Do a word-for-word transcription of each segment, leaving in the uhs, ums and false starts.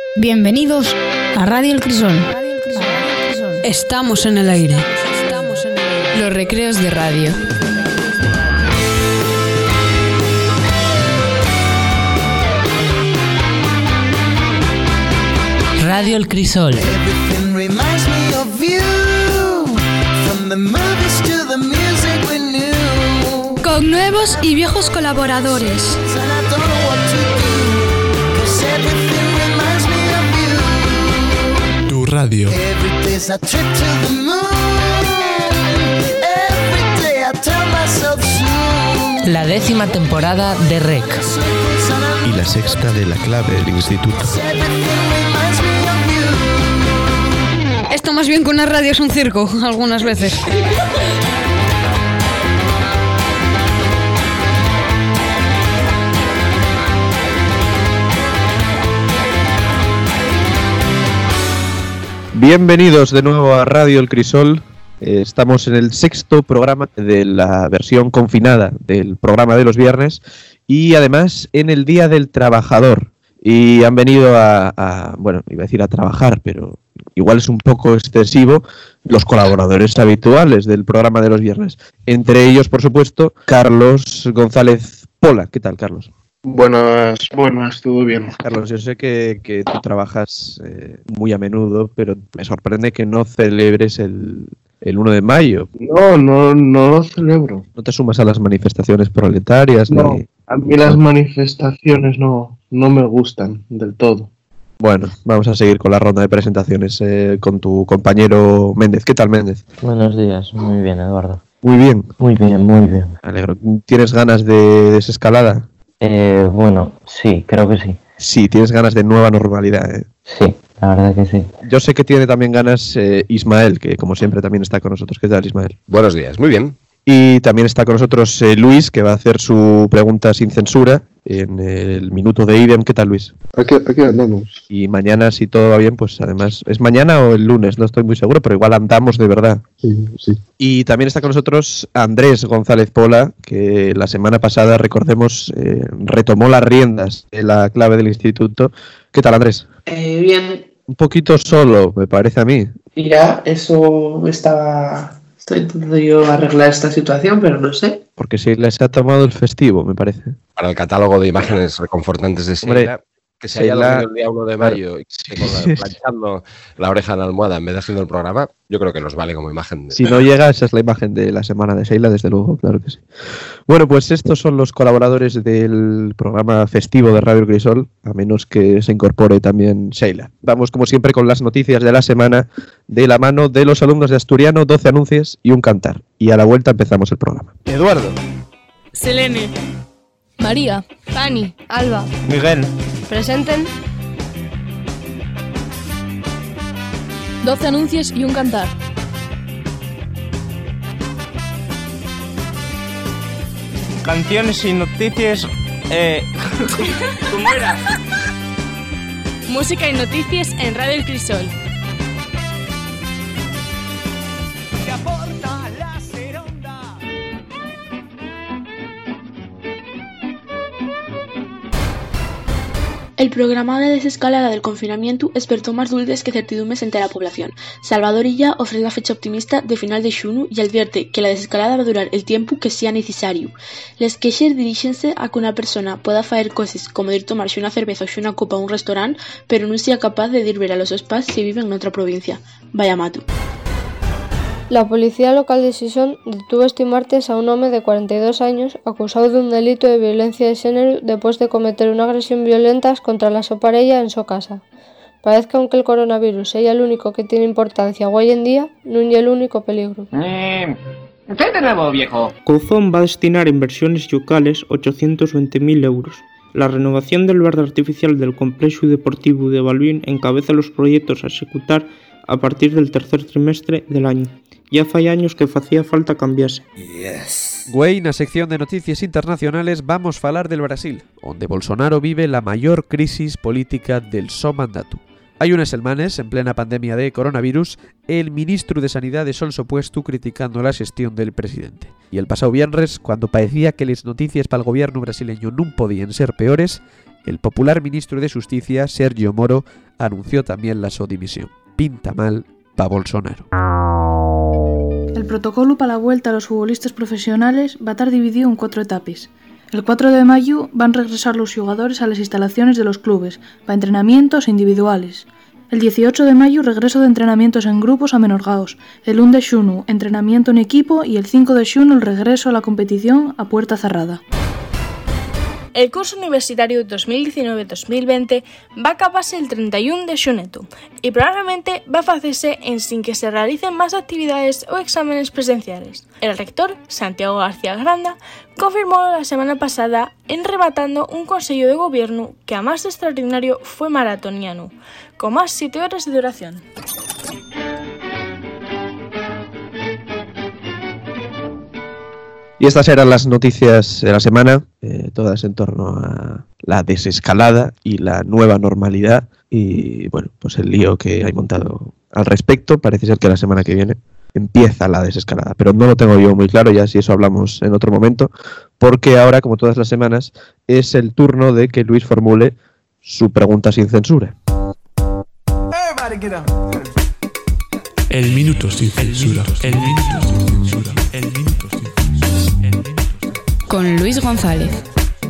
Bienvenidos a Radio El Crisol. Estamos en el aire. Estamos en el aire. Los recreos de radio. Radio El Crisol. Con nuevos y viejos colaboradores. Tu radio. La décima temporada de R E C. Y la sexta de La Clave del Instituto. Esto más bien que una radio es un circo, algunas veces. Bienvenidos de nuevo a Radio El Crisol. Eh, estamos en el sexto programa de la versión confinada del programa de los viernes y además en el Día del Trabajador. Y han venido a, a, bueno, iba a decir a trabajar, pero igual es un poco excesivo, los colaboradores habituales del programa de los viernes. Entre ellos, por supuesto, Carlos González Pola. ¿Qué tal, Carlos? Buenas, buenas, todo bien. Carlos, yo sé que, que tú trabajas eh, muy a menudo, pero me sorprende que no celebres el, el uno de mayo. No, no, no lo celebro. ¿No te sumas a las manifestaciones proletarias? No, ni... a mí las manifestaciones no, no me gustan del todo. Bueno, vamos a seguir con la ronda de presentaciones eh, con tu compañero Méndez. ¿Qué tal, Méndez? Buenos días, muy bien, Eduardo. Muy bien. Muy bien, muy bien. Me alegro. ¿Tienes ganas de desescalada? Eh, bueno, sí, creo que sí. Sí, tienes ganas de nueva normalidad, ¿eh? Sí, la verdad que sí. Yo sé que tiene también ganas eh, Ismael, que como siempre también está con nosotros. ¿Qué tal, Ismael? Buenos días, muy bien. Y también está con nosotros eh, Luis, que va a hacer su pregunta sin censura en el minuto de idem. ¿Qué tal, Luis? Aquí, aquí andamos. Y mañana, si todo va bien, pues además, ¿es mañana o el lunes? No estoy muy seguro, pero igual andamos de verdad. Sí, sí. Y también está con nosotros Andrés González Pola, que la semana pasada, recordemos, eh, retomó las riendas de La Clave del Instituto. ¿Qué tal, Andrés? Eh, bien. Un poquito solo, me parece a mí. Y ya, eso estaba... Estoy intentando yo arreglar esta situación, pero no sé. Porque se les ha tomado el festivo, me parece. Para el catálogo de imágenes reconfortantes de Sheila, que se haya Sheila... dormido el día uno de mayo y que con la, planchando la oreja en la almohada en vez de haciendo el programa, yo creo que nos vale como imagen. De... Si no llega, esa es la imagen de la semana de Sheila, desde luego, claro que sí. Bueno, pues estos son los colaboradores del programa festivo de Radio El Crisol, a menos que se incorpore también Sheila. Vamos, como siempre, con las noticias de la semana de la mano de los alumnos de Asturiano, doce anuncios y un cantar. Y a la vuelta empezamos el programa. Eduardo. Selene. María. Pani. Alba. Miguel. Presenten. doce anuncios y un cantar. Canciones y noticias. Eh... ¿Cómo era? Música y noticias en Radio El Crisol. El programa de desescalada del confinamiento espertó más dulces que certidumbres entre la población. Salvador Illa ofrece la fecha optimista de final de xunu y advierte que la desescalada va a durar el tiempo que sea necesario. Les queixes diríxense a que una persona pueda faer cosas como ir tomarse una cerveza o una copa a un restaurante, pero no sea capaz de ir ver a los seus pais si viven en otra provincia. Vaya mato. La policía local de Sison detuvo este martes a un home de cuarenta y dos años acusado de un delito de violencia de xénero después de cometer una agresión violenta contra la su parella en su casa. Parece que aunque el coronavirus sea el único que tiene importancia hoy en día, no es el único peligro. Eh, ¿Qué de nuevo, viejo? Couzón va a destinar a inversiones locales ochocientos veinte mil euros. La renovación del verde artificial del complejo deportivo de Balbín encabeza los proyectos a ejecutar a partir del tercer trimestre del año. Ya fai años que facía falta cambiarse. Yes. Güey, na sección de noticias internacionales vamos falar del Brasil, onde Bolsonaro vive la maior crisis política del so mandato. Hai unas semanas, en plena pandemia de coronavirus, el ministro de Sanidade sol sopuesto criticando la xestión del presidente. Y el pasado viernes, cuando parecía que las noticias para el gobierno brasileño non podían ser peores, El popular ministro de Justicia, Sergio Moro, anunció también la su dimisión. Pinta mal pa' Bolsonaro. El protocolo para la vuelta a los futbolistas profesionales va a estar dividido en cuatro etapas. El cuatro de mayo van a regresar los jugadores a las instalaciones de los clubes, para entrenamientos individuales. El dieciocho de mayo regreso de entrenamientos en grupos amenorgados. El uno de xunu, entrenamiento en equipo, y el cinco de xunu el regreso a la competición a puerta cerrada. El curso universitario dos mil diecinueve dos mil veinte va a acabarse el treinta y uno de xuneto y probablemente va a hacerse en sin que se realicen más actividades o exámenes presenciales. El rector, Santiago García Granda, confirmó la semana pasada en rematando un consejo de gobierno que a más de extraordinario fue maratoniano, con más siete horas de duración. Y estas eran las noticias de la semana, eh, todas en torno a la desescalada y la nueva normalidad y, bueno, pues el lío que hay montado al respecto. Parece ser que la semana que viene empieza la desescalada, pero no lo tengo yo muy claro, ya si eso hablamos en otro momento, porque ahora, como todas las semanas, es el turno de que Luis formule su pregunta sin censura. El minuto sin censura. El minuto sin censura. El minuto sin censura. Con Luis González.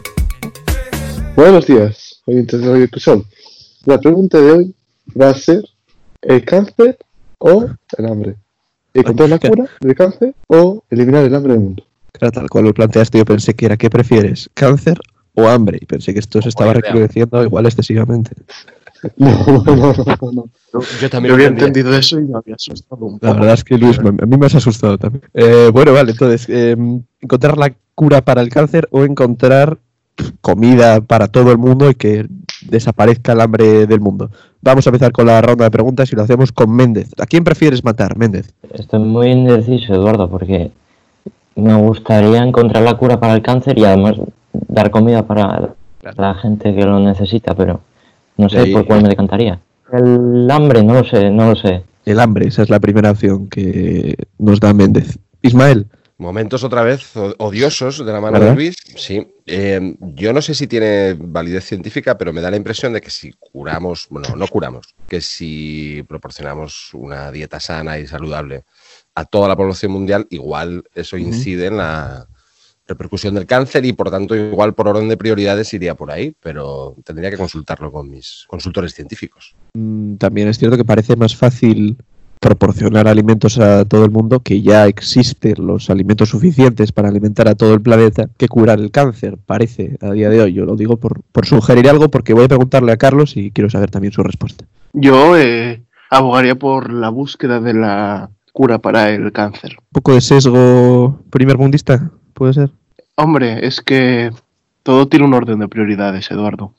Buenos días, oyentes de Radio Crisol. La pregunta de hoy va a ser ¿el cáncer o el hambre? ¿Encontrar la cura del cáncer o eliminar el hambre del mundo? Claro, tal cual lo planteaste, yo pensé que era ¿qué prefieres? ¿Cáncer o hambre? Y pensé que esto se estaba recrudeciendo igual excesivamente. No, no, no, no, no. Yo también yo había entendía. entendido eso y me había asustado un poco. La verdad es que Luis, a mí me has asustado también. Eh, bueno, vale, entonces, eh, encontrar la cura para el cáncer o encontrar comida para todo el mundo y que desaparezca el hambre del mundo. Vamos a empezar con la ronda de preguntas y lo hacemos con Méndez. ¿A quién prefieres matar, Méndez? Estoy muy indeciso, Eduardo, porque me gustaría encontrar la cura para el cáncer y además dar comida para la gente que lo necesita, pero no sé Ahí, por cuál me decantaría. El hambre, no lo sé, no lo sé. El hambre, esa es la primera opción que nos da Méndez. Ismael. Momentos otra vez odiosos de la mano ¿verdad? de Luis. Sí. Eh, yo no sé si tiene validez científica, pero me da la impresión de que si curamos, bueno, no curamos, que si proporcionamos una dieta sana y saludable a toda la población mundial, igual eso incide uh-huh. en la repercusión del cáncer y por tanto igual por orden de prioridades iría por ahí, pero tendría que consultarlo con mis consultores científicos. Mm, también es cierto que parece más fácil proporcionar alimentos a todo el mundo, que ya existen los alimentos suficientes para alimentar a todo el planeta, que curar el cáncer, parece, a día de hoy. Yo lo digo por, por sugerir algo, porque voy a preguntarle a Carlos y quiero saber también su respuesta. Yo eh, abogaría por la búsqueda de la cura para el cáncer. Un poco de sesgo primermundista, ¿puede ser? Hombre, es que todo tiene un orden de prioridades, Eduardo.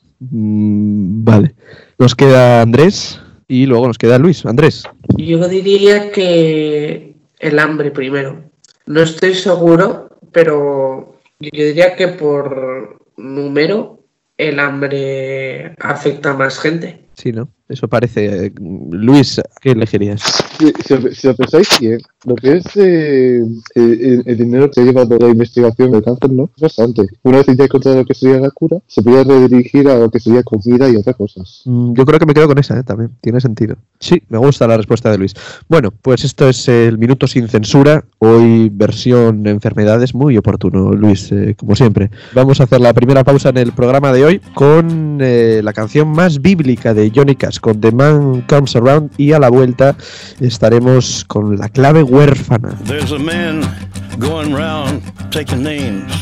Mm, vale. Nos queda Andrés y luego nos queda Luis. Andrés. Yo diría que el hambre primero. No estoy seguro, pero yo diría que por número el hambre afecta a más gente. Sí, ¿no? Eso parece. Luis, ¿qué elegirías? Si, si, si lo pensáis bien, lo que es eh, el, el dinero que ha llevado la investigación del cáncer, ¿no? Es bastante. Una vez ya encontrado lo que sería la cura, se podría redirigir a lo que sería comida y otras cosas. Mm, yo creo que me quedo con esa, ¿eh? También. Tiene sentido. Sí, me gusta la respuesta de Luis. Bueno, pues esto es el Minuto Sin Censura. Hoy versión enfermedades, muy oportuno, Luis, eh, como siempre. Vamos a hacer la primera pausa en el programa de hoy con eh, la canción más bíblica de Johnny Cash, con The Man Comes Around, y a la vuelta estaremos con la clave huérfana. There's a man going round taking names,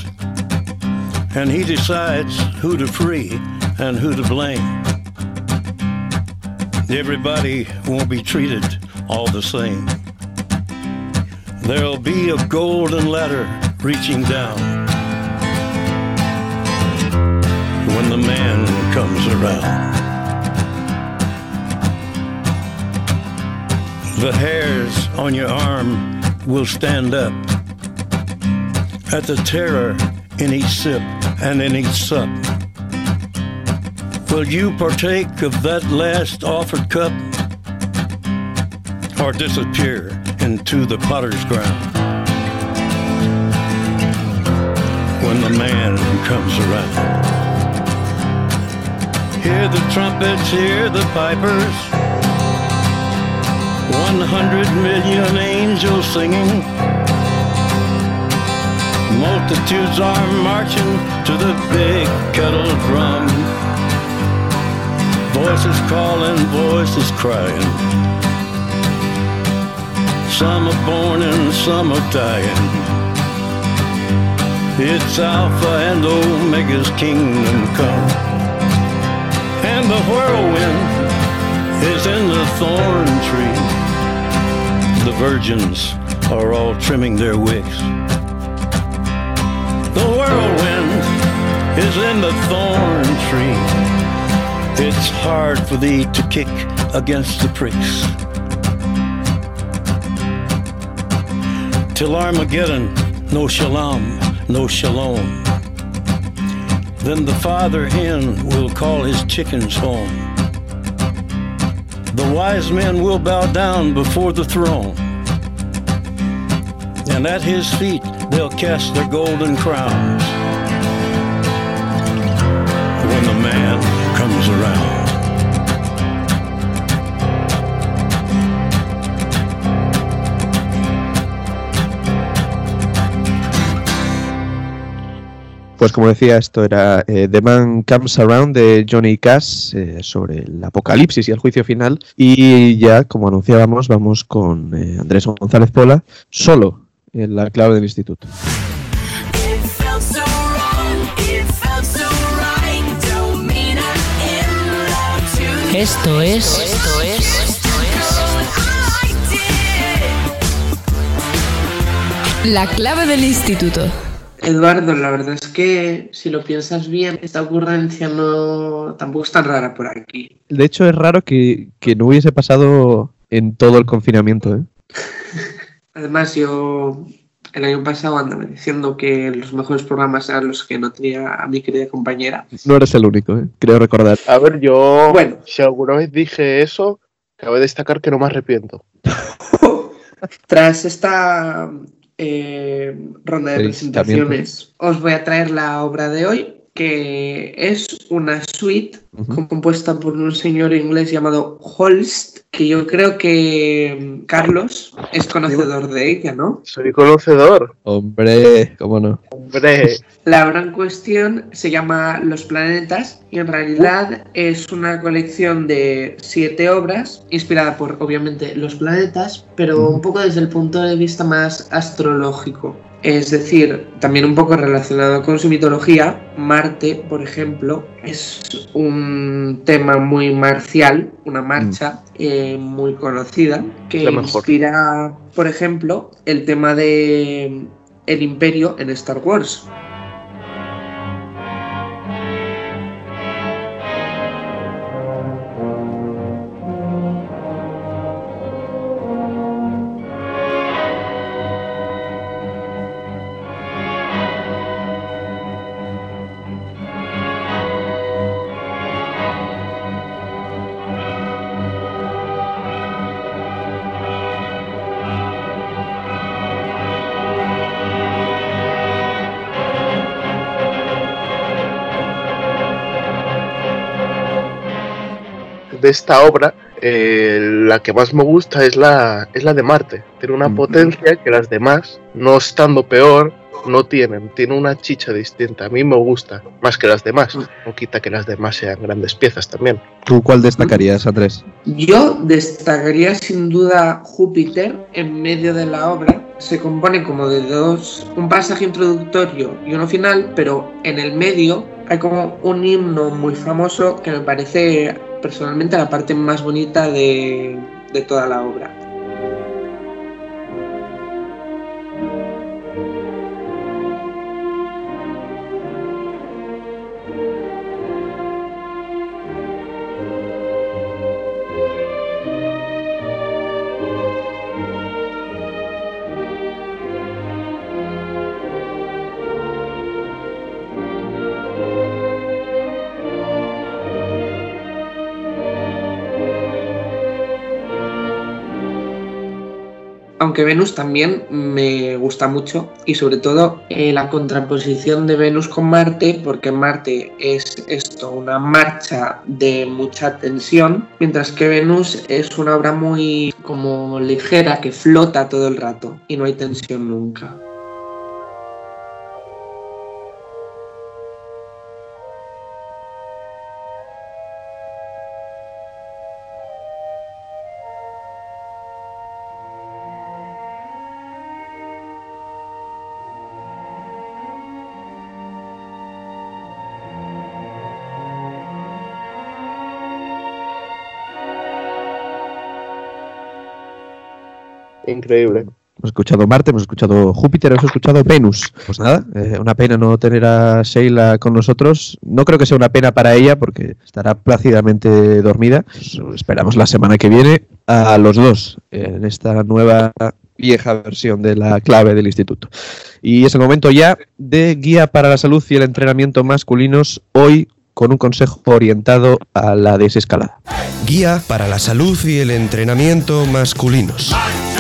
and he decides who to free and who to blame. Everybody won't be treated all the same. There'll be a golden ladder reaching down when the man comes around. The hairs on your arm will stand up at the terror in each sip and in each sup. Will you partake of that last offered cup, or disappear into the potter's ground when the man comes around? Hear the trumpets, hear the pipers. One hundred million angels singing. Multitudes are marching to the big kettle drum. Voices calling, voices crying. Some are born and some are dying. It's Alpha and Omega's kingdom come. And the whirlwind is in the thorn tree. The virgins are all trimming their wicks. The whirlwind is in the thorn tree. It's hard for thee to kick against the pricks. Till Armageddon, no shalom, no shalom. Then the father hen will call his chickens home. The wise men will bow down before the throne. And at his feet they'll cast their golden crowns. When the man comes around. Pues como decía, esto era eh, The Man Comes Around de Johnny Cash, eh, sobre el apocalipsis y el juicio final. Y ya, como anunciábamos, vamos con eh, Andrés González Pola, solo en la clave del instituto. Esto es... Esto es... La clave del instituto. Eduardo, la verdad es que si lo piensas bien, esta ocurrencia no tampoco es tan rara por aquí. De hecho, es raro que, que no hubiese pasado en todo el confinamiento, ¿eh? Además, yo el año pasado andaba diciendo que los mejores programas eran los que no tenía a mi querida compañera. No eres el único, ¿eh? Creo recordar. A ver, yo, bueno, si alguna vez dije eso, cabe destacar que no me arrepiento. Tras esta eh, ronda de presentaciones, os voy a traer la obra de hoy, que es una suite uh-huh. compuesta por un señor inglés llamado Holst, que yo creo que Carlos es conocedor de ella, ¿no? Soy conocedor. Hombre, ¿cómo no? Hombre. La obra en cuestión se llama Los Planetas y en realidad es una colección de siete obras inspirada por, obviamente, los planetas, pero un poco desde el punto de vista más astrológico. Es decir, también un poco relacionado con su mitología. Marte, por ejemplo, es un tema muy marcial, una marcha eh, muy conocida, que inspira, por ejemplo, el tema de el Imperio en Star Wars. De esta obra, eh, la que más me gusta es la, es la de Marte. Tiene una potencia que las demás, no estando peor, no tienen. Tiene una chicha distinta. A mí me gusta más que las demás. No quita que las demás sean grandes piezas también. ¿Tú cuál destacarías, Andrés? Yo destacaría sin duda Júpiter en medio de la obra. Se compone como de dos, un pasaje introductorio y uno final, pero en el medio hay como un himno muy famoso que me parece personalmente la parte más bonita de, de toda la obra. Aunque Venus también me gusta mucho y sobre todo eh, la contraposición de Venus con Marte, porque Marte es esto, una marcha de mucha tensión, mientras que Venus es una obra muy como ligera que flota todo el rato y no hay tensión nunca. Increíble. Hemos escuchado Marte, hemos escuchado Júpiter, hemos escuchado Venus. Pues nada, eh, una pena no tener a Sheila con nosotros. No creo que sea una pena para ella porque estará plácidamente dormida. Pues esperamos la semana que viene a los dos en esta nueva vieja versión de la clave del instituto. Y es el momento ya de Guía para la Salud y el Entrenamiento Masculinos, hoy con un consejo orientado a la desescalada. Guía para la salud y el entrenamiento masculinos.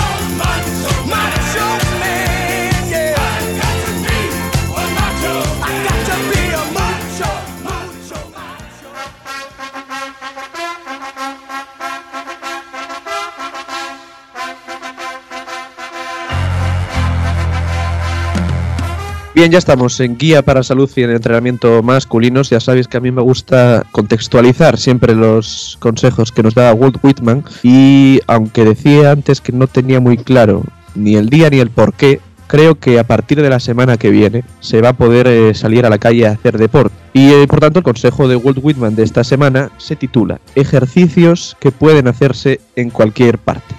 Bien, ya estamos en Guía para Salud y en Entrenamiento Masculinos. Ya sabéis que a mí me gusta contextualizar siempre los consejos que nos da Walt Whitman, y aunque decía antes que no tenía muy claro ni el día ni el porqué, creo que a partir de la semana que viene se va a poder eh, salir a la calle a hacer deporte. Y eh, por tanto el consejo de Walt Whitman de esta semana se titula Ejercicios que pueden hacerse en cualquier parte.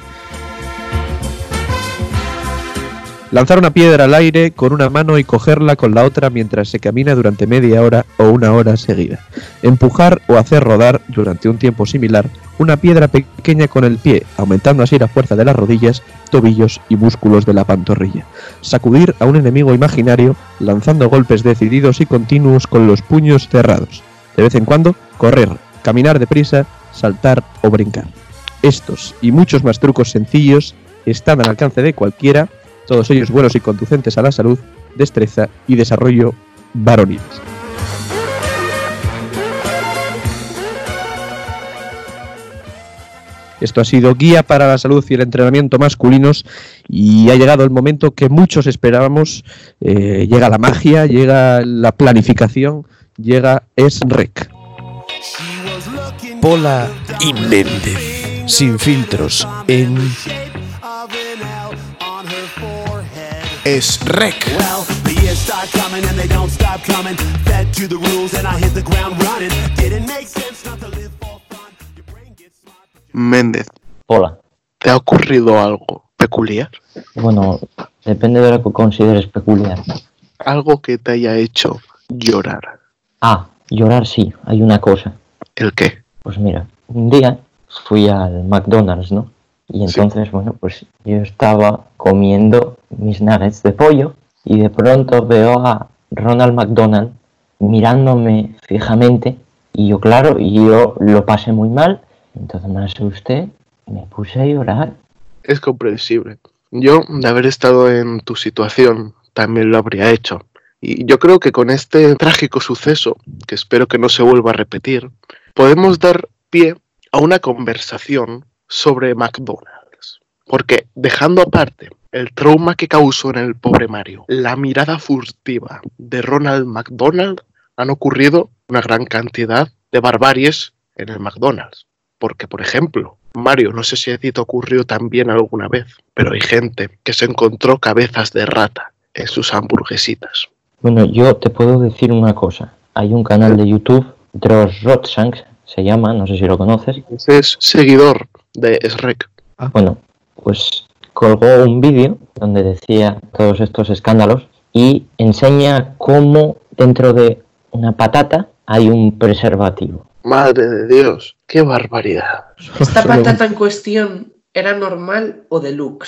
Lanzar una piedra al aire con una mano y cogerla con la otra mientras se camina durante media hora o una hora seguida. Empujar o hacer rodar durante un tiempo similar una piedra pequeña con el pie, aumentando así la fuerza de las rodillas, tobillos y músculos de la pantorrilla. Sacudir a un enemigo imaginario lanzando golpes decididos y continuos con los puños cerrados. De vez en cuando, correr, caminar deprisa, saltar o brincar. Estos y muchos más trucos sencillos están al alcance de cualquiera, todos ellos buenos y conducentes a la salud, destreza y desarrollo varoniles. Esto ha sido Guía para la Salud y el Entrenamiento Masculinos, y ha llegado el momento que muchos esperábamos. Eh, llega la magia, llega la planificación, llega S R E C. Pola y Méndez, sin filtros, en S R E C. Méndez. Hola. ¿Te ha ocurrido algo peculiar? Bueno, depende de lo que consideres peculiar. Algo que te haya hecho llorar. Ah, llorar sí, hay una cosa. ¿El qué? Pues mira, un día fui al McDonald's, ¿no? Y entonces, sí. bueno, pues yo estaba comiendo mis nuggets de pollo y de pronto veo a Ronald McDonald mirándome fijamente y yo, claro, yo lo pasé muy mal, entonces me asusté y me puse a llorar. Es comprensible. Yo, de haber estado en tu situación, también lo habría hecho. Y yo creo que con este trágico suceso, que espero que no se vuelva a repetir, podemos dar pie a una conversación sobre McDonald's. Porque, dejando aparte el trauma que causó en el pobre Mario, la mirada furtiva de Ronald McDonald, han ocurrido una gran cantidad de barbaries en el McDonald's. Porque, por ejemplo, Mario, no sé si a ti te ocurrió también alguna vez, pero hay gente que se encontró cabezas de rata en sus hamburguesitas. Bueno, yo te puedo decir una cosa. Hay un canal de YouTube, Dross Rotshanks, se llama, no sé si lo conoces. Ese es seguidor de S R E C. Ah. Bueno, pues colgó un vídeo donde decía todos estos escándalos y enseña cómo dentro de una patata hay un preservativo. Madre de Dios, qué barbaridad. ¿Esta patata en cuestión era normal o deluxe?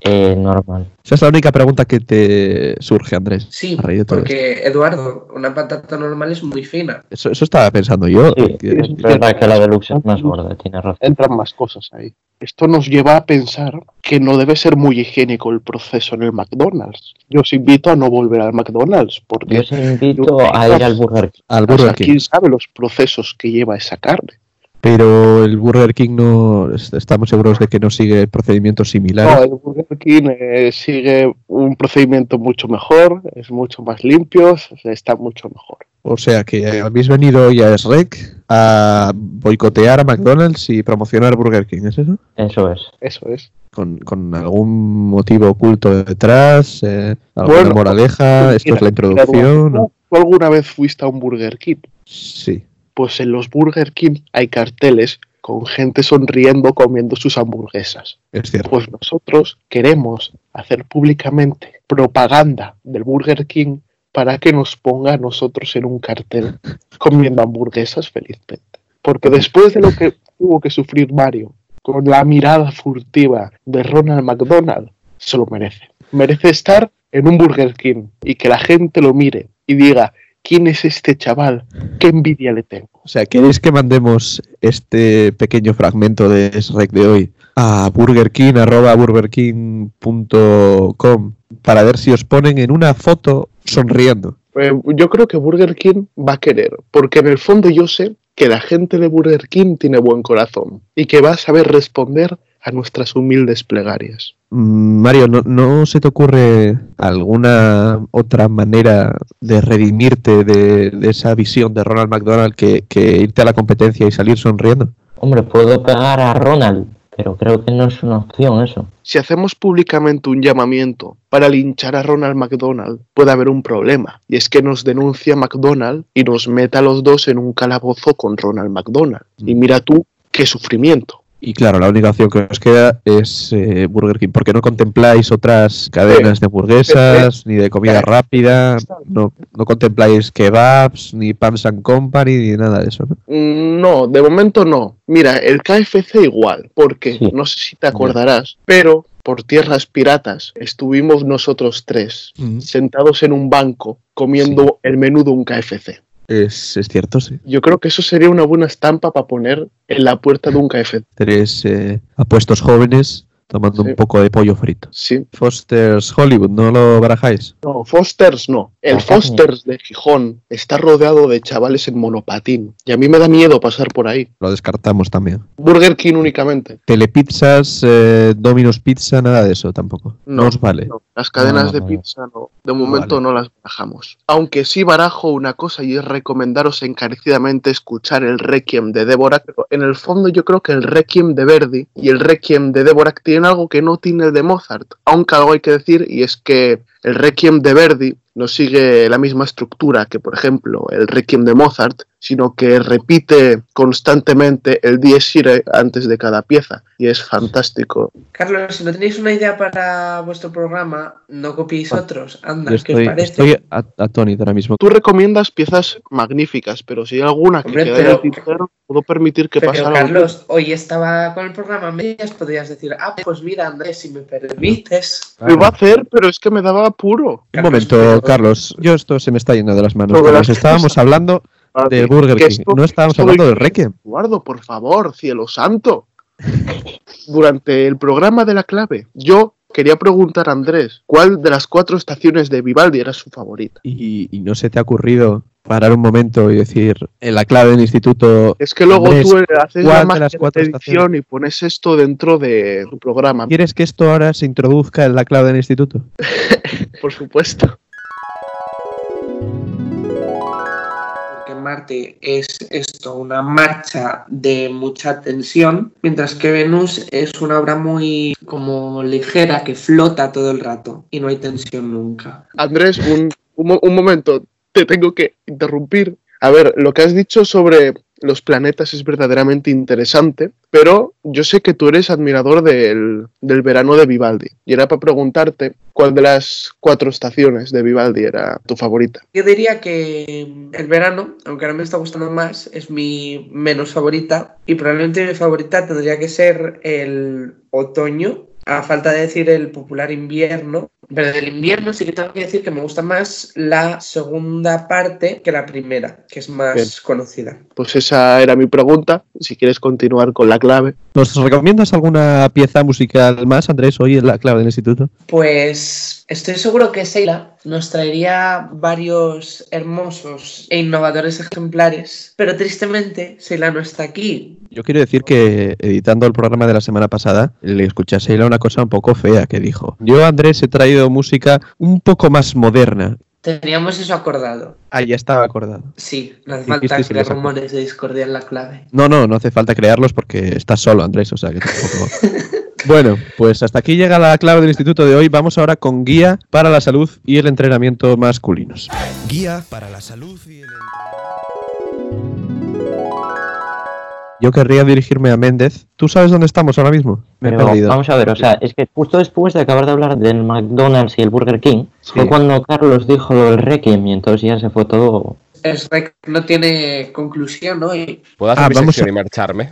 Eh, normal. Esa es la única pregunta que te surge, Andrés. Sí, a raíz de todo porque Eduardo, una patata normal es muy fina. esto. Eso, eso estaba pensando yo. Sí, porque- es verdad que la deluxe es más gorda, tiene razón. Entran más cosas ahí. Esto nos lleva a pensar que no debe ser muy higiénico el proceso en el McDonald's. Yo os invito a no volver al McDonald's porque Yo os invito a ir al Burger King. Al o Burger sea, King. quién sabe los procesos que lleva esa carne. Pero el Burger King no. est- Estamos seguros de que no sigue procedimientos similares. No, el Burger King eh, sigue un procedimiento mucho mejor, es mucho más limpio, está mucho mejor. O sea que habéis venido hoy a S R E C a boicotear a McDonald's y promocionar Burger King, ¿es eso? Eso es. Eso es. Con, con algún motivo oculto detrás, eh, alguna Bueno, moraleja, esto mira, es la introducción. mira, ¿no? ¿Tú alguna vez fuiste a un Burger King? Sí. Pues en los Burger King hay carteles con gente sonriendo comiendo sus hamburguesas. Es cierto. Pues nosotros queremos hacer públicamente propaganda del Burger King para que nos ponga a nosotros en un cartel comiendo hamburguesas felizmente. Porque después de lo que tuvo que sufrir Mario con la mirada furtiva de Ronald McDonald, se lo merece. Merece estar en un Burger King y que la gente lo mire y diga: ¿quién es este chaval? ¿Qué envidia le tengo? O sea, ¿queréis que mandemos este pequeño fragmento de S R E C de hoy a burger king arroba burger king punto com para ver si os ponen en una foto sonriendo? Eh, yo creo que Burger King va a querer, porque en el fondo yo sé que la gente de Burger King tiene buen corazón y que va a saber responder a nuestras humildes plegarias. Mm, Mario, ¿no, ¿no se te ocurre alguna otra manera de redimirte de, de esa visión de Ronald McDonald que, que irte a la competencia y salir sonriendo? Hombre, puedo pegar a Ronald, pero creo que no es una opción eso. Si hacemos públicamente un llamamiento para linchar a Ronald McDonald, puede haber un problema, y es que nos denuncia McDonald y nos meta a los dos en un calabozo con Ronald McDonald. Y mira tú, qué sufrimiento. Y claro, la única opción que os queda es eh, Burger King. ¿Por qué no contempláis otras cadenas de hamburguesas, ni de comida rápida? No, no contempláis kebabs, ni Pams and Company, ni nada de eso, ¿no? Mm, No, de momento no. Mira, el K F C igual, porque no sé si te acordarás, pero por tierras piratas estuvimos nosotros tres sentados en un banco comiendo el menú de un K F C. Es, es cierto, sí. Yo creo que eso sería una buena estampa para poner en la puerta de un K F C. Tres eh, apuestos jóvenes tomando Sí. un poco de pollo frito. Sí. Foster's Hollywood, ¿no lo barajáis? No, Foster's no. El Ajá. Foster's de Gijón está rodeado de chavales en monopatín. Y a mí me da miedo pasar por ahí. Lo descartamos también. Burger King únicamente. Telepizzas, eh, Domino's Pizza, nada de eso tampoco. No, No, os vale. no. Las cadenas No, de no, no. pizza no. De momento no las barajamos. Aunque sí barajo una cosa y es recomendaros encarecidamente escuchar el Requiem de Dvorak. Pero en el fondo yo creo que el Requiem de Verdi y el Requiem de Dvorak tienen algo que no tiene el de Mozart. Aunque algo hay que decir, y es que el Requiem de Verdi no sigue la misma estructura que, por ejemplo, el Requiem de Mozart, sino que repite constantemente el Dies Irae antes de cada pieza, y es fantástico. Carlos, si no tenéis una idea para vuestro programa, no copiéis otros. Anda, Yo ¿qué os estoy, parece? estoy at- atónito ahora mismo. Tú recomiendas piezas magníficas, pero si hay alguna que Hombre, queda en pero- el tintero, puedo permitir que Pero pase algo. Carlos, hoy estaba con el programa a medias, podrías decir, ah, pues mira, Andrés, si me permites. Lo iba a hacer, pero es que me daba apuro. Un momento, Carlos. Yo esto se me está yendo de las manos. Sobre Carlos, las estábamos cosas. hablando Vale, del Burger que King. esto- No estábamos esto hablando doy- del Requiem. Eduardo, por favor, cielo santo. Durante el programa de la clave, yo quería preguntar a Andrés cuál de las cuatro estaciones de Vivaldi era su favorita. Y, y no se te ha ocurrido parar un momento y decir en la clave del instituto. Es que luego Andrés, tú haces la ¿cuál de magia las de cuatro edición estaciones? y pones esto dentro de tu programa. ¿Quieres que esto ahora se introduzca en la clave del instituto? Por supuesto. Porque Marte es esto, una marcha de mucha tensión, mientras que Venus es una obra muy como ligera que flota todo el rato y no hay tensión nunca. Andrés, un, un, mo- un momento, te tengo que interrumpir. A ver, lo que has dicho sobre los planetas es verdaderamente interesante, pero yo sé que tú eres admirador del, del verano de Vivaldi. Y era para preguntarte cuál de las cuatro estaciones de Vivaldi era tu favorita. Yo diría que el verano, aunque ahora me está gustando más, es mi menos favorita y probablemente mi favorita tendría que ser el otoño a falta de decir el popular invierno, pero del invierno sí que tengo que decir que me gusta más la segunda parte que la primera, que es más Bien. conocida. Pues esa era mi pregunta. Si quieres continuar con la clave. ¿Nos recomiendas alguna pieza musical más, Andrés, hoy en la clave del instituto? Pues estoy seguro que Seila nos traería varios hermosos e innovadores ejemplares, pero tristemente Seila no está aquí. Yo quiero decir que, editando el programa de la semana pasada, le escuché a Seila una cosa un poco fea que dijo: yo, Andrés, he traído música un poco más moderna. Teníamos eso acordado. Ah, ya estaba acordado. Sí, no hace Dijiste falta si crear les acu- rumores de discordia en la clave. No, no, no hace falta crearlos porque estás solo, Andrés, o sea que tampoco... Bueno, pues hasta aquí llega la clave del instituto de hoy. Vamos ahora con guía para la salud y el entrenamiento masculinos. Guía para la salud y el Yo querría dirigirme a Méndez. ¿Tú sabes dónde estamos ahora mismo? Me he Pero perdido. vamos a ver, o sea, es que justo después de acabar de hablar del McDonald's y el Burger King, Sí. fue cuando Carlos dijo lo del Requiem y entonces ya se fue todo... Es rec no tiene conclusión, ¿no? Y ¿Puedo hacer Ah, mi vamos sección a- y marcharme?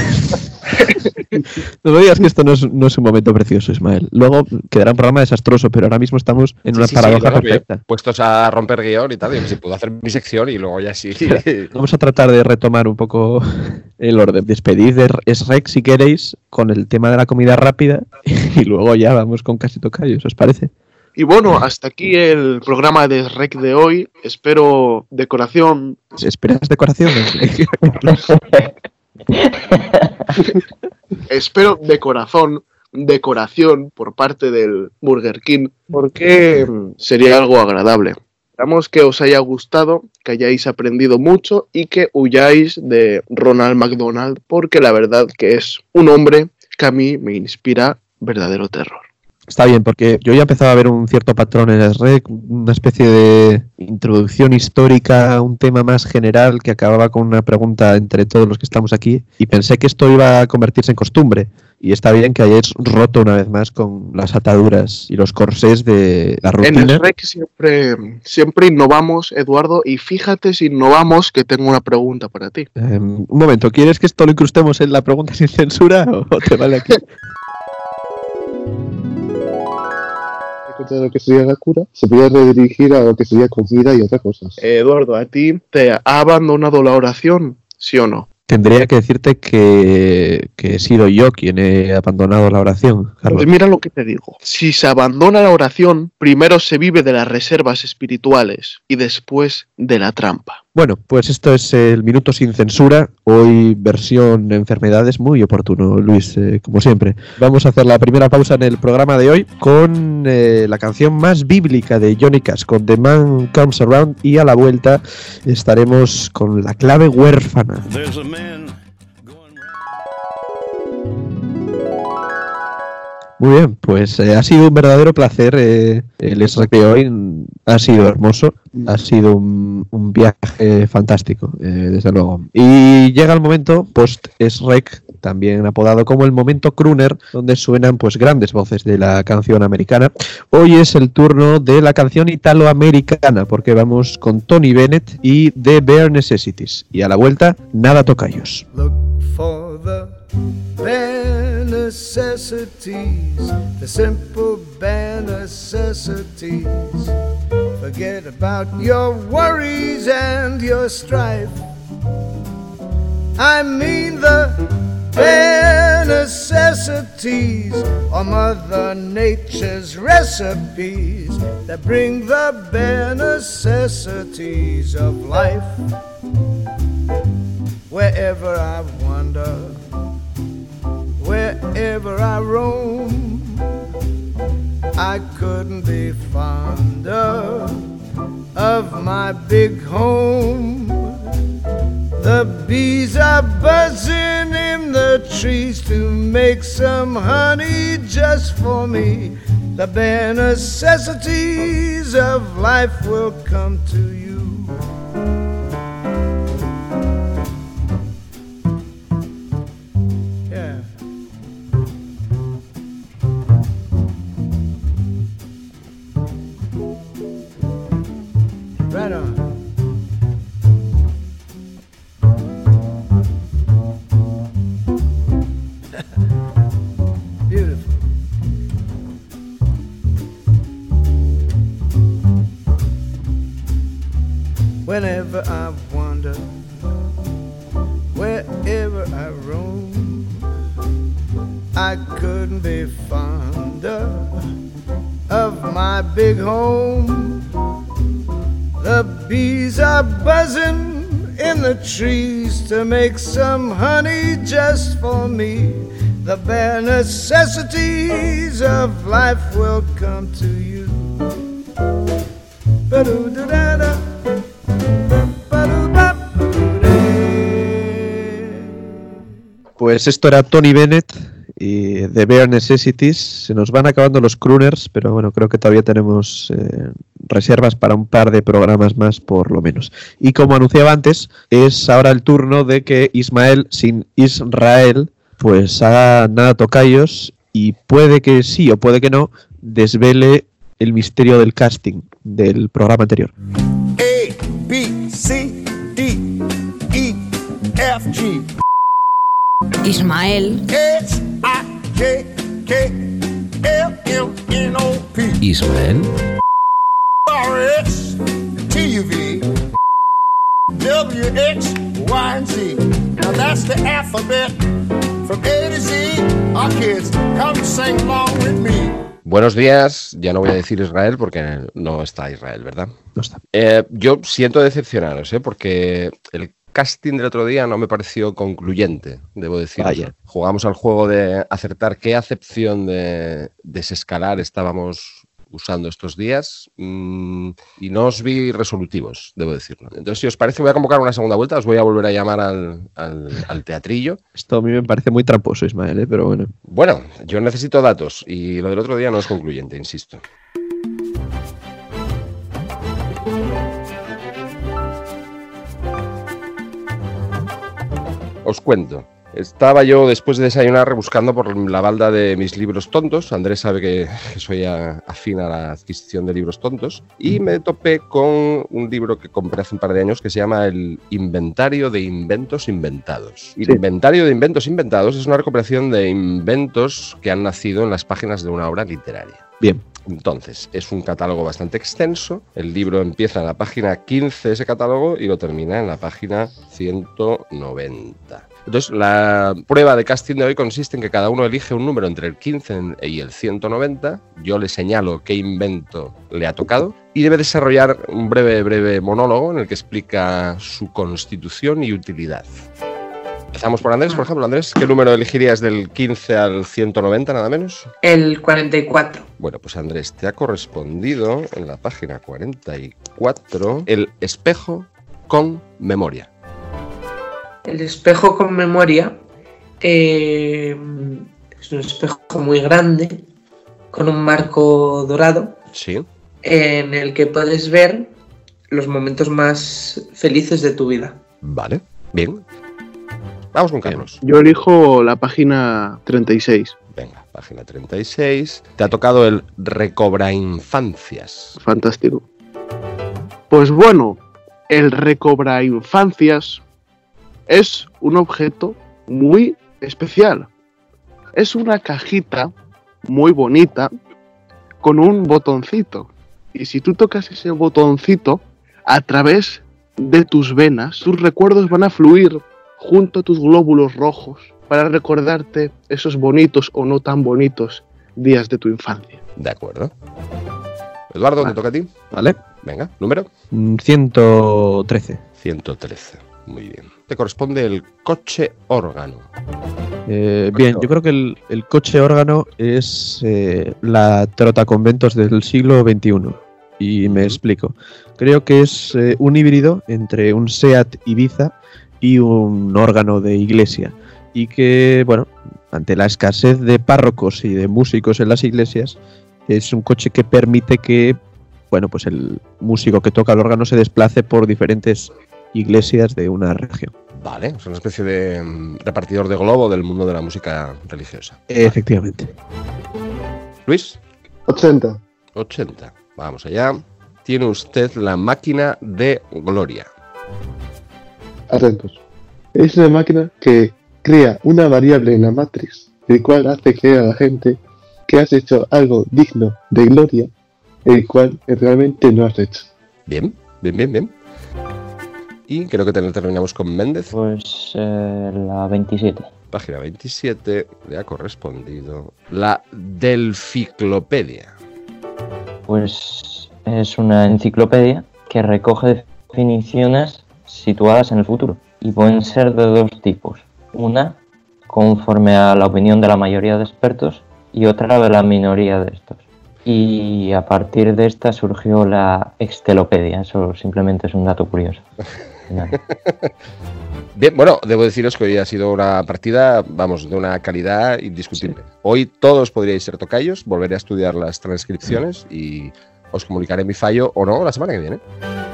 No me digas que esto no es, no es un momento precioso, Ismael. Luego quedará un programa desastroso, pero ahora mismo estamos en Sí, una sí, sí, paradoja no, no, perfecta. puestos a romper guión y tal, y si puedo hacer mi sección y luego ya sí. Vamos a tratar de retomar un poco el orden. Despedir de S-Rec, si queréis, con el tema de la comida rápida y luego ya vamos con casi tocayos, ¿os parece? Y bueno, hasta aquí el programa de S R E C de hoy. Espero decoración. ¿Esperas decoración? Espero de corazón decoración por parte del Burger King, porque sería algo agradable. Esperamos que os haya gustado, que hayáis aprendido mucho y que huyáis de Ronald McDonald, porque la verdad que es un hombre que a mí me inspira verdadero terror. Está bien, porque yo ya empezaba a ver un cierto patrón en S-Rec, una especie de introducción histórica, un tema más general que acababa con una pregunta entre todos los que estamos aquí, y pensé que esto iba a convertirse en costumbre. Y está bien que hayáis roto una vez más con las ataduras y los corsés de la rutina. En S R E C siempre, siempre innovamos, Eduardo, y fíjate si innovamos que tengo una pregunta para ti. Eh, un momento, ¿quieres que esto lo incrustemos en la pregunta sin censura o te vale aquí? Contra lo que sería la cura, se podría redirigir a lo que sería comida y otras cosas. Eh, Eduardo, ¿a ti te ha abandonado la oración? ¿Sí o no? Tendría que decirte que, que he sido yo quien he abandonado la oración, Carlos. Pues mira lo que te digo. Si se abandona la oración, primero se vive de las reservas espirituales y después de la trampa. Bueno, pues esto es el Minuto Sin Censura, hoy versión enfermedades, muy oportuno, Luis, eh, como siempre. Vamos a hacer la primera pausa en el programa de hoy con eh, la canción más bíblica de Johnny Cash, con The Man Comes Around, y a la vuelta estaremos con la clave huérfana. There's a man. Muy bien, pues eh, ha sido un verdadero placer eh, el S R E C de hoy, ha sido hermoso, ha sido un, un viaje fantástico, eh, desde luego. Y llega el momento post-S R E C, también apodado como el momento crooner, donde suenan pues grandes voces de la canción americana. Hoy es el turno de la canción italoamericana, porque vamos con Tony Bennett y The Bare Necessities. Y a la vuelta, nada tocayos. Look for the bare necessities, the simple bare necessities. Forget about your worries and your strife. I mean the bare necessities are Mother Nature's recipes that bring the bare necessities of life. Wherever I wander, wherever I roam, I couldn't be fonder of my big home. The bees are buzzing in the trees to make some honey just for me. The bare necessities of life will come to you. Yeah. Right on. Beautiful. I roam, I couldn't be fonder of my big home. The bees are buzzing in the trees to make some honey just for me. The bare necessities of life will come to you. Ba-doo-da-da-da. Pues esto era Tony Bennett y The Bare Necessities. Se nos van acabando los crooners, pero bueno, creo que todavía tenemos eh, reservas para un par de programas más por lo menos. Y como anunciaba antes, es ahora el turno de que Ismael sin Israel pues haga nada tocayos y puede que sí o puede que no desvele el misterio del casting del programa anterior. A, B, C, D, E, F, G. Ismael. H, I, J, K, L, M, N, O, P. Ismael. R, S, T, U, V, W, X, Y, and Z. Now that's the alphabet from A to Z. Our kids, come sing along with me. Buenos días, ya no voy a decir Israel porque no está Israel, ¿verdad? No está. Eh, yo siento decepcionaros, ¿eh? Porque el casting del otro día no me pareció concluyente, debo decir. Vaya. Jugamos al juego de acertar qué acepción de desescalar estábamos usando estos días mmm, y no os vi resolutivos, debo decirlo. Entonces, si os parece, voy a convocar una segunda vuelta, os voy a volver a llamar al, al, al teatrillo. Esto a mí me parece muy tramposo, Ismael, ¿eh? Pero bueno. Bueno, yo necesito datos y lo del otro día no es concluyente, insisto. Os cuento. Estaba yo, después de desayunar, rebuscando por la balda de mis libros tontos. Andrés sabe que, que soy a, afín a la adquisición de libros tontos. Y me topé con un libro que compré hace un par de años que se llama El Inventario de Inventos Inventados. Y el Sí. Inventario de Inventos Inventados es una recopilación de inventos que han nacido en las páginas de una obra literaria. Bien. Entonces, es un catálogo bastante extenso. El libro empieza en la página quince de ese catálogo y lo termina en la página ciento noventa. Entonces, la prueba de casting de hoy consiste en que cada uno elige un número entre el quince y el ciento noventa. Yo le señalo qué invento le ha tocado y debe desarrollar un breve, breve monólogo en el que explica su constitución y utilidad. Empezamos por Andrés, por ejemplo. Andrés, ¿qué número elegirías del quince al ciento noventa, nada menos? El cuarenta y cuatro. Bueno, pues Andrés, te ha correspondido en la página cuarenta y cuatro el espejo con memoria. El espejo con memoria eh, es un espejo muy grande con un marco dorado. Sí. En el que puedes ver los momentos más felices de tu vida. Vale, bien. Vamos con Carlos. Yo elijo la página treinta y seis. Venga, página treinta y seis. Te ha tocado el Recobra Infancias. Fantástico. Pues bueno, el Recobra Infancias es un objeto muy especial. Es una cajita muy bonita con un botoncito. Y si tú tocas ese botoncito, a través de tus venas, tus recuerdos van a fluir junto a tus glóbulos rojos para recordarte esos bonitos o no tan bonitos días de tu infancia. De acuerdo. Eduardo, Vale. ¿te toca a ti? Vale. Venga, número. Mm, ciento trece. ciento trece. Muy bien. Te corresponde el coche órgano. Eh, bien, yo creo que el, el coche órgano es eh, la trotaconventos del siglo veintiuno. Y me explico. Creo que es eh, un híbrido entre un Seat Ibiza y un órgano de iglesia. Y que, bueno, ante la escasez de párrocos y de músicos en las iglesias, es un coche que permite que, bueno, pues el músico que toca el órgano se desplace por diferentes iglesias de una región. Vale, es una especie de mm, repartidor de globo del mundo de la música religiosa. Efectivamente. Luis. ochenta. ochenta. Vamos allá. Tiene usted la máquina de gloria. Atentos. Es una máquina que crea una variable en la matriz, el cual hace creer a la gente que has hecho algo digno de gloria, el cual realmente no has hecho. Bien, bien, bien, bien. Y creo que terminamos con Méndez. Pues eh, la veintisiete. Página veintisiete le ha correspondido la Delficlopedia. Pues es una enciclopedia que recoge definiciones situadas en el futuro y pueden ser de dos tipos. Una conforme a la opinión de la mayoría de expertos y otra de la minoría de estos. Y a partir de esta surgió la Extelopedia. Eso simplemente es un dato curioso. Bien, bueno, debo deciros que hoy ha sido una partida, vamos, de una calidad indiscutible. Sí. Hoy todos podríais ser tocayos, volveré a estudiar las transcripciones y os comunicaré mi fallo o no la semana que viene.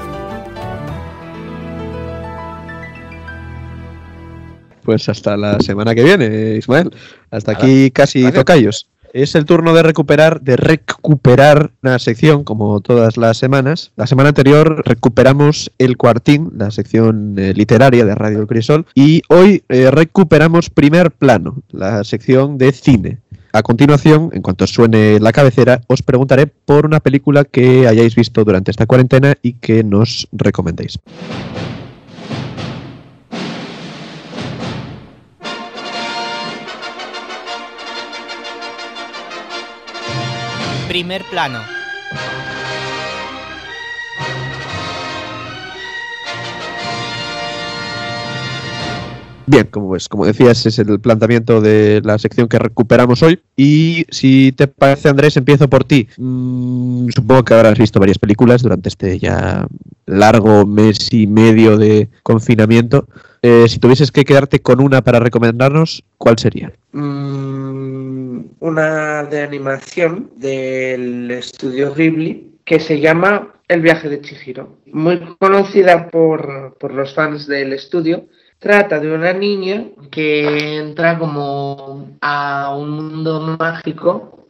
Pues hasta la semana que viene, Ismael. Hasta aquí casi Gracias. Tocayos. Es el turno de recuperar, de recuperar una sección como todas las semanas. La semana anterior recuperamos El Cuartín, la sección eh, literaria de Radio El Crisol, y hoy eh, recuperamos Primer Plano, la sección de cine. A continuación, en cuanto suene la cabecera, os preguntaré por una película que hayáis visto durante esta cuarentena y que nos recomendéis. Primer Plano. Bien, como ves, como decías, es el planteamiento de la sección que recuperamos hoy. Y si te parece, Andrés, empiezo por ti. Mm, supongo que habrás visto varias películas durante este ya largo mes y medio de confinamiento. Eh, si tuvieses que quedarte con una para recomendarnos, ¿cuál sería? Mm, una de animación del estudio Ghibli que se llama El viaje de Chihiro. Muy conocida por, por los fans del estudio. Trata de una niña que entra como a un mundo mágico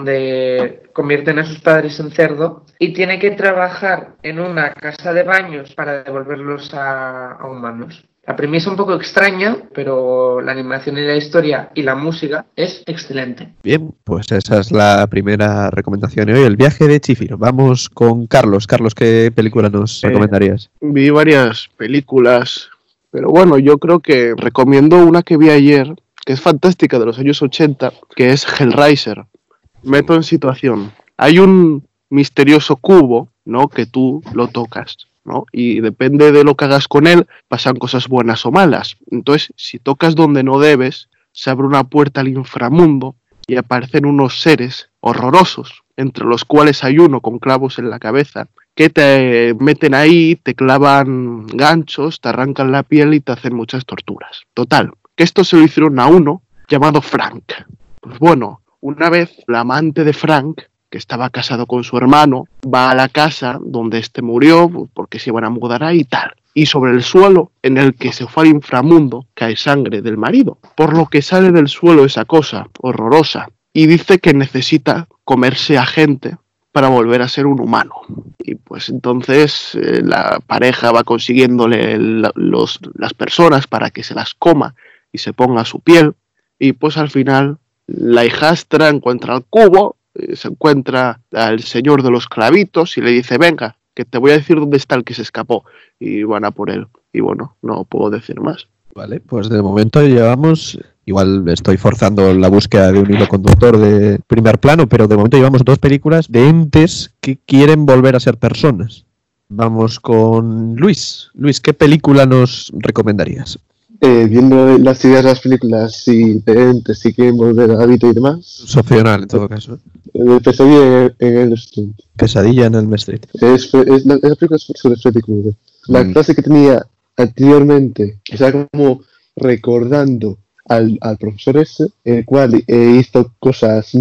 donde convierten a sus padres en cerdo y tiene que trabajar en una casa de baños para devolverlos a, a humanos. La premisa es un poco extraña, pero la animación y la historia y la música es excelente. Bien, pues esa es la primera recomendación de hoy, El viaje de Chihiro. Vamos con Carlos. Carlos, ¿qué película nos eh, recomendarías? Vi varias películas, pero bueno, yo creo que recomiendo una que vi ayer, que es fantástica, de los años ochenta, que es Hellraiser. Meto en situación. Hay un misterioso cubo, ¿no?, que tú lo tocas, ¿no? Y depende de lo que hagas con él, pasan cosas buenas o malas. Entonces, si tocas donde no debes, se abre una puerta al inframundo y aparecen unos seres horrorosos, entre los cuales hay uno con clavos en la cabeza, que te meten ahí, te clavan ganchos, te arrancan la piel y te hacen muchas torturas. Total, que esto se lo hicieron a uno llamado Frank. Pues bueno, una vez la amante de Frank, que estaba casado con su hermano, va a la casa donde éste murió, porque se iban a mudar ahí y tal. Y sobre el suelo en el que se fue al inframundo cae sangre del marido, por lo que sale del suelo esa cosa horrorosa y dice que necesita comerse a gente para volver a ser un humano. Y pues entonces eh, la pareja va consiguiéndole el, los, las personas para que se las coma y se ponga a su piel, y pues al final la hijastra encuentra el cubo, se encuentra al señor de los clavitos y le dice: venga, que te voy a decir dónde está el que se escapó, y van a por él. Y bueno, no puedo decir más. Vale, pues de momento llevamos, igual estoy forzando la búsqueda de un hilo conductor de Primer Plano, pero de momento llevamos dos películas de entes que quieren volver a ser personas. Vamos con Luis. Luis, ¿qué película nos recomendarías? Eh, viendo las ideas de las películas, si de entes, si quieren volver al hábito y demás. Es opcional en todo caso. Eh, Pesadilla en, en Elm Street. Pesadilla en Elm Street. Es, es, la, esa película es sobre Freddy Krueger. La mm. clase que tenía anteriormente, o sea, como recordando al, al profesor ese, el cual eh, hizo cosas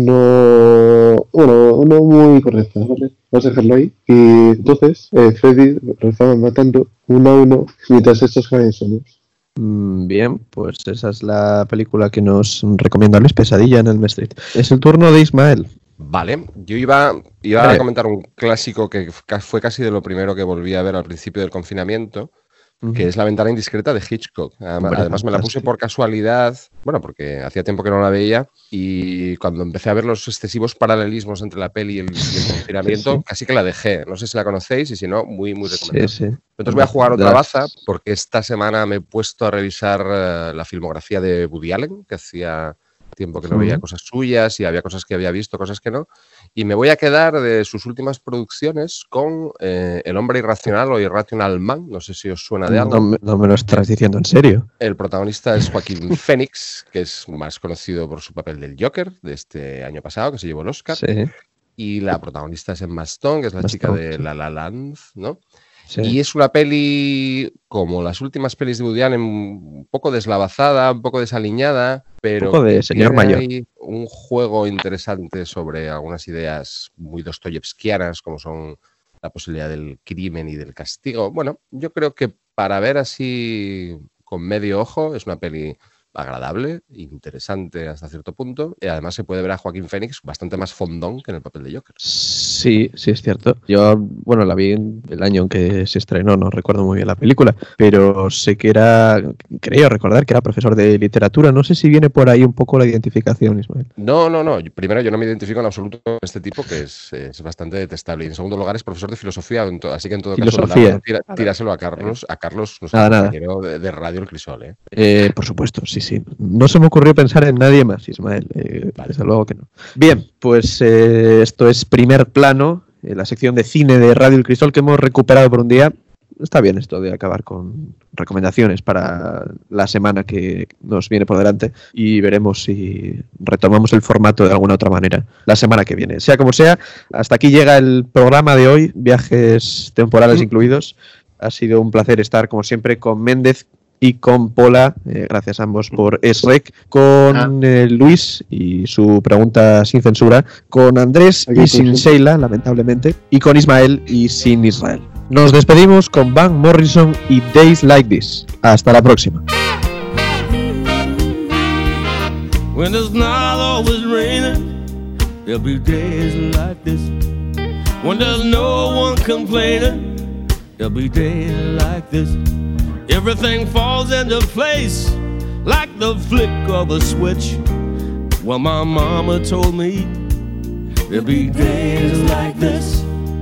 no, bueno, no muy correctas, ¿vale? Vamos a dejarlo ahí. Y entonces eh, Freddy lo estaban matando uno a uno mientras estos caen solos. Bien, pues esa es la película que nos recomienda Luis, Pesadilla en Elm Street. Es el turno de Ismael. Vale, yo iba, iba a comentar un clásico que fue casi de lo primero que volví a ver al principio del confinamiento, que es La ventana indiscreta de Hitchcock. Además, Hombre, además me la puse por casualidad, bueno, porque hacía tiempo que no la veía, y cuando empecé a ver los excesivos paralelismos entre la peli y el, y el confinamiento, sí, sí. casi que la dejé. No sé si la conocéis, y si no, muy, muy recomendable. Sí, sí. Entonces voy a jugar otra baza, porque esta semana me he puesto a revisar uh, la filmografía de Woody Allen, que hacía tiempo que no veía cosas suyas y había cosas que había visto, cosas que no. Y me voy a quedar de sus últimas producciones con eh, El hombre irracional o Irrational Man. No sé si os suena de algo. No, no me lo estás diciendo en serio. El protagonista es Joaquín Phoenix, que es más conocido por su papel del Joker de este año pasado, que se llevó el Oscar. Sí. Y la protagonista es Emma Stone, que es la Emma chica Stone, de sí. La La Land, ¿no? Sí. Y es una peli, como las últimas pelis de Woody Allen, un poco deslavazada, un poco desaliñada, pero un poco de que señor tiene mayor. ahí un juego interesante sobre algunas ideas muy dostoyevskianas, como son la posibilidad del crimen y del castigo. Bueno, yo creo que para ver así con medio ojo es una peli agradable, interesante hasta cierto punto, y además se puede ver a Joaquín Phoenix bastante más fondón que en el papel de Joker. Sí, sí es cierto. Yo, bueno, la vi en el año en que se estrenó, no recuerdo muy bien la película, pero sé que era, creo recordar que era profesor de literatura. No sé si viene por ahí un poco la identificación, Ismael. No, no, no. Primero, yo no me identifico en absoluto con este tipo, que es, es bastante detestable. Y en segundo lugar, es profesor de filosofía, así que en todo filosofía. caso, tira, tíraselo a Carlos, a Carlos, nuestro nada, compañero nada. De, de Radio El Crisol, ¿eh? Eh, por supuesto, sí, sí. No se me ocurrió pensar en nadie más, Ismael. Eh, vale. Desde luego que no. Bien, pues eh, esto es Primer Plano, eh, la sección de cine de Radio El Crisol que hemos recuperado por un día. Está bien esto de acabar con recomendaciones para la semana que nos viene por delante y veremos si retomamos el formato de alguna otra manera la semana que viene. Sea como sea, hasta aquí llega el programa de hoy, viajes temporales mm. incluidos. Ha sido un placer estar, como siempre, con Méndez y con Pola, eh, gracias a ambos por S R E C, con ah. eh, Luis y su pregunta sin censura, con Andrés Aquí y sin sí. Sheila, lamentablemente, y con Ismael y sin Israel. Nos despedimos con Van Morrison y Days Like This. Hasta la próxima. When it's not always raining, there'll be days like this. When there's no one complaining, there'll be days like this. Everything falls into place like the flick of a switch. Well, my mama told me there'll be days like this.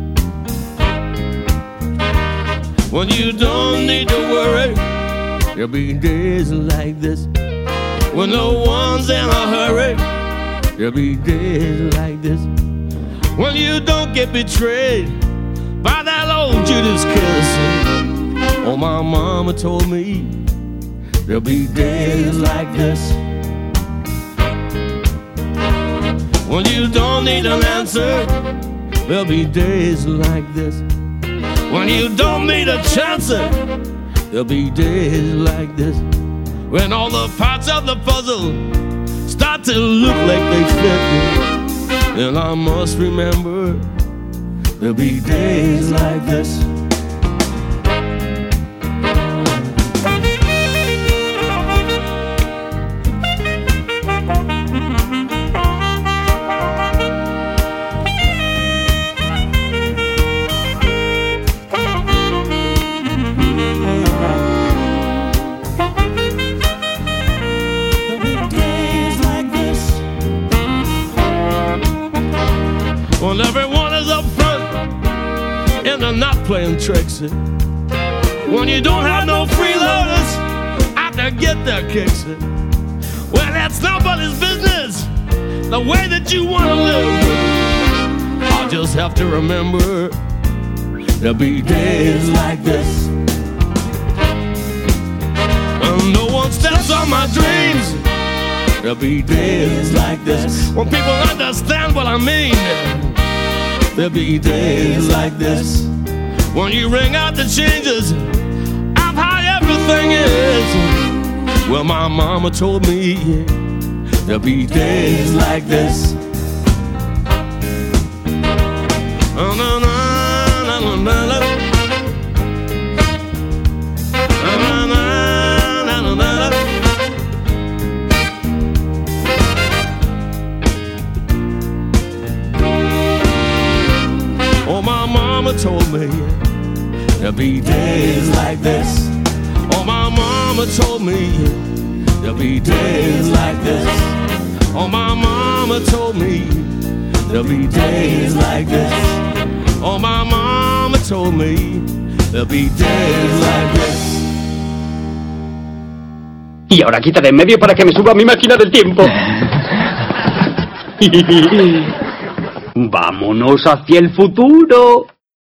When you don't need to worry, there'll be days like this. When no one's in a hurry, there'll be days like this. When you don't get betrayed by that old Judas kiss. Oh, my mama told me there'll be days like this. When you don't need an answer, there'll be days like this. When you don't need a chance, there'll be days like this. When all the parts of the puzzle start to look like they fit, then I must remember there'll be days like this. When everyone is up front and they're not playing tricks. When you don't have no freeloaders out to get their kicks. Well, that's nobody's business, the way that you want to live. I'll just have to remember there'll be days like this. And no one steps on my dreams. There'll be days like this. When people understand what I mean. There'll be days like this. When you ring out the changes of how everything is. Well, my mama told me there'll be days like this. Oh, no, no, no, no, no. Oh, my mama told me there'll be days like this. mama told me there'll be days like this. Oh, my mama told me there'll be days like this. Oh, my mama told me there'll be days like this. Y ahora quita de en medio para que me suba a mi máquina del tiempo. Vámonos hacia el futuro.